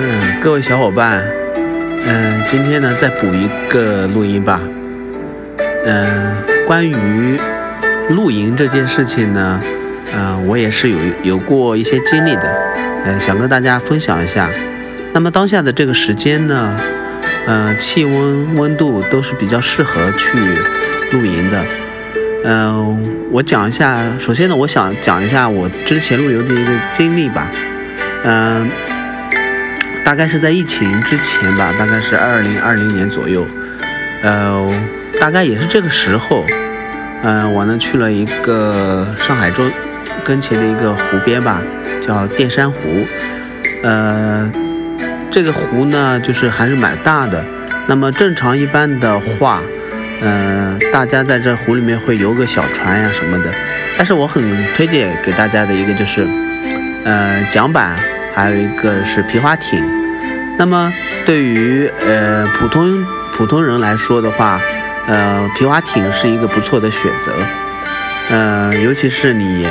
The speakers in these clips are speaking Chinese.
各位小伙伴，今天呢再补一个录音吧。关于露营这件事情呢，我也是有过一些经历的，想跟大家分享一下。那么当下的这个时间呢，气温、温度都是比较适合去露营的。我讲一下，首先呢，我想讲一下我之前露营的一个经历吧。大概是在疫情之前吧，大概是2020年左右，大概也是这个时候，我呢去了一个上海州跟前的一个湖边吧，叫淀山湖。这个湖呢，就是还是蛮大的。那么正常一般的话，大家在这湖里面会游个小船呀什么的。但是我很推荐给大家的一个就是，桨板。还有一个是皮划艇。那么对于普通人来说的话，皮划艇是一个不错的选择。尤其是你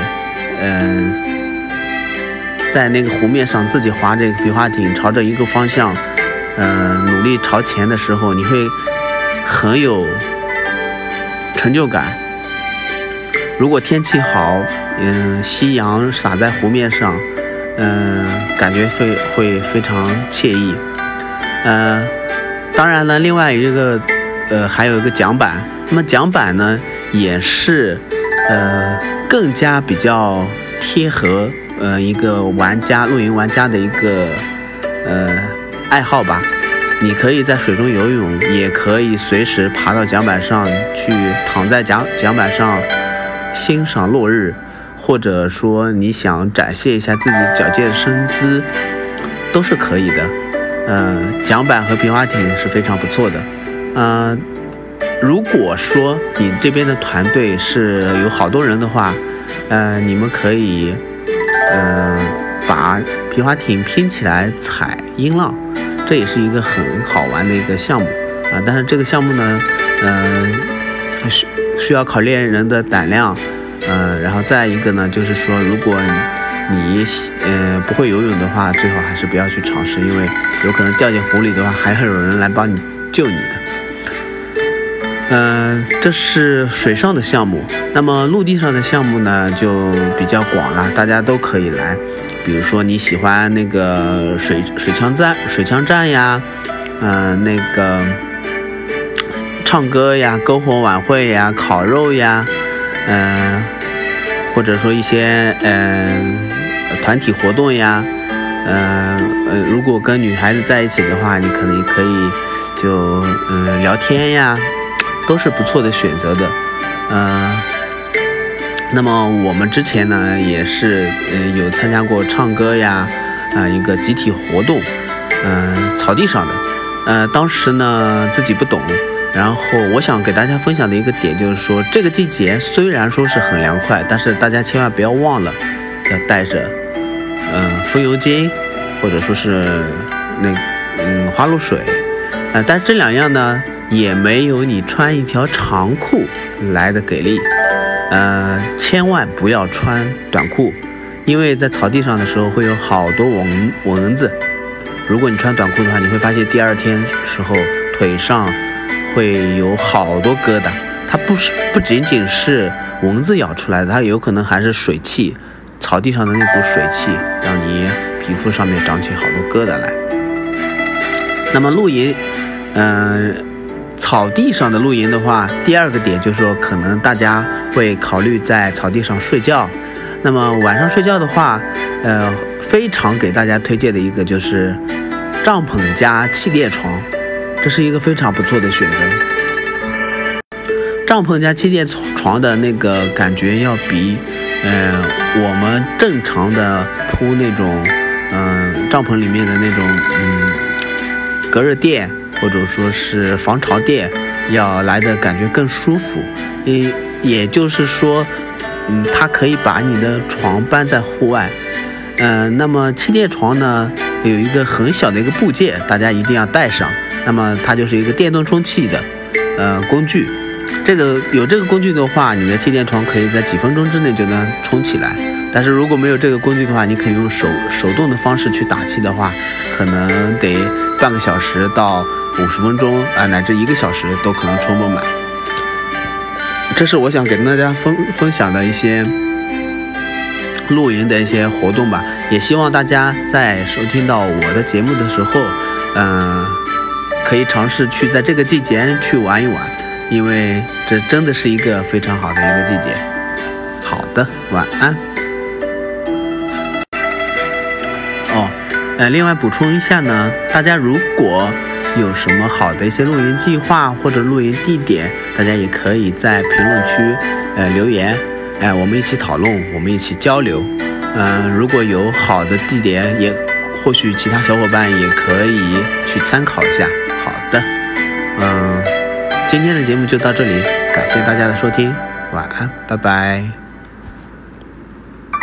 在那个湖面上自己划这个皮划艇，朝着一个方向努力朝前的时候，你会很有成就感。如果天气好，夕阳洒在湖面上，感觉会非常惬意。当然了，另外一个还有一个桨板。那么桨板呢，也是更加比较贴合一个露营玩家的一个爱好吧。你可以在水中游泳，也可以随时爬到桨板上去，躺在桨板上欣赏落日。或者说你想展现一下自己矫健身姿，都是可以的。桨板和皮划艇是非常不错的。如果说你这边的团队是有好多人的话，你们可以把皮划艇拼起来踩音浪，这也是一个很好玩的一个项目啊。但是这个项目呢，需要考验人的胆量。然后再一个呢，就是说，如果你不会游泳的话，最好还是不要去尝试，因为有可能掉进湖里的话，还会有人来帮你救你的。这是水上的项目。那么陆地上的项目呢，就比较广了，大家都可以来。比如说你喜欢那个水枪战呀，那个唱歌呀、篝火晚会呀、烤肉呀。或者说一些团体活动呀，如果跟女孩子在一起的话，你可能可以就聊天呀，都是不错的选择的。那么我们之前呢也是有参加过唱歌呀，一个集体活动，草地上的。当时呢自己不懂。然后我想给大家分享的一个点就是说，这个季节虽然说是很凉快，但是大家千万不要忘了要带着风油精，或者说是花露水。但这两样呢也没有你穿一条长裤来的给力。千万不要穿短裤，因为在草地上的时候会有好多蚊子。如果你穿短裤的话，你会发现第二天时候腿上会有好多疙瘩，它不仅仅是蚊子咬出来的，它有可能还是水汽，草地上的那股水汽让你皮肤上面长起好多疙瘩来。那么露营，草地上的露营的话，第二个点就是说，可能大家会考虑在草地上睡觉。那么晚上睡觉的话，非常给大家推荐的一个就是帐篷加气垫床。这是一个非常不错的选择。帐篷加气垫床的那个感觉要比我们正常的铺那种帐篷里面的那种隔热垫或者说是防潮垫要来的感觉更舒服。也就是说它可以把你的床搬在户外。那么气垫床呢有一个很小的一个部件，大家一定要带上。那么它就是一个电动充气的工具。有这个工具的话，你的气垫床可以在几分钟之内就能充起来。 但是如果没有这个工具的话，你可以用手动的方式去打气的话，可能得半个小时到50分钟乃至1个小时都可能充不满。这是我想给大家分享的一些露营的一些活动吧，也希望大家在收听到我的节目的时候，可以尝试去在这个季节去玩一玩，因为这真的是一个非常好的一个季节。好的，晚安。另外补充一下呢，大家如果有什么好的一些露营计划或者露营地点，大家也可以在评论区留言，我们一起讨论，我们一起交流。如果有好的地点，也或许其他小伙伴也可以去参考一下。好的，今天的节目就到这里，感谢大家的收听，晚安，拜拜。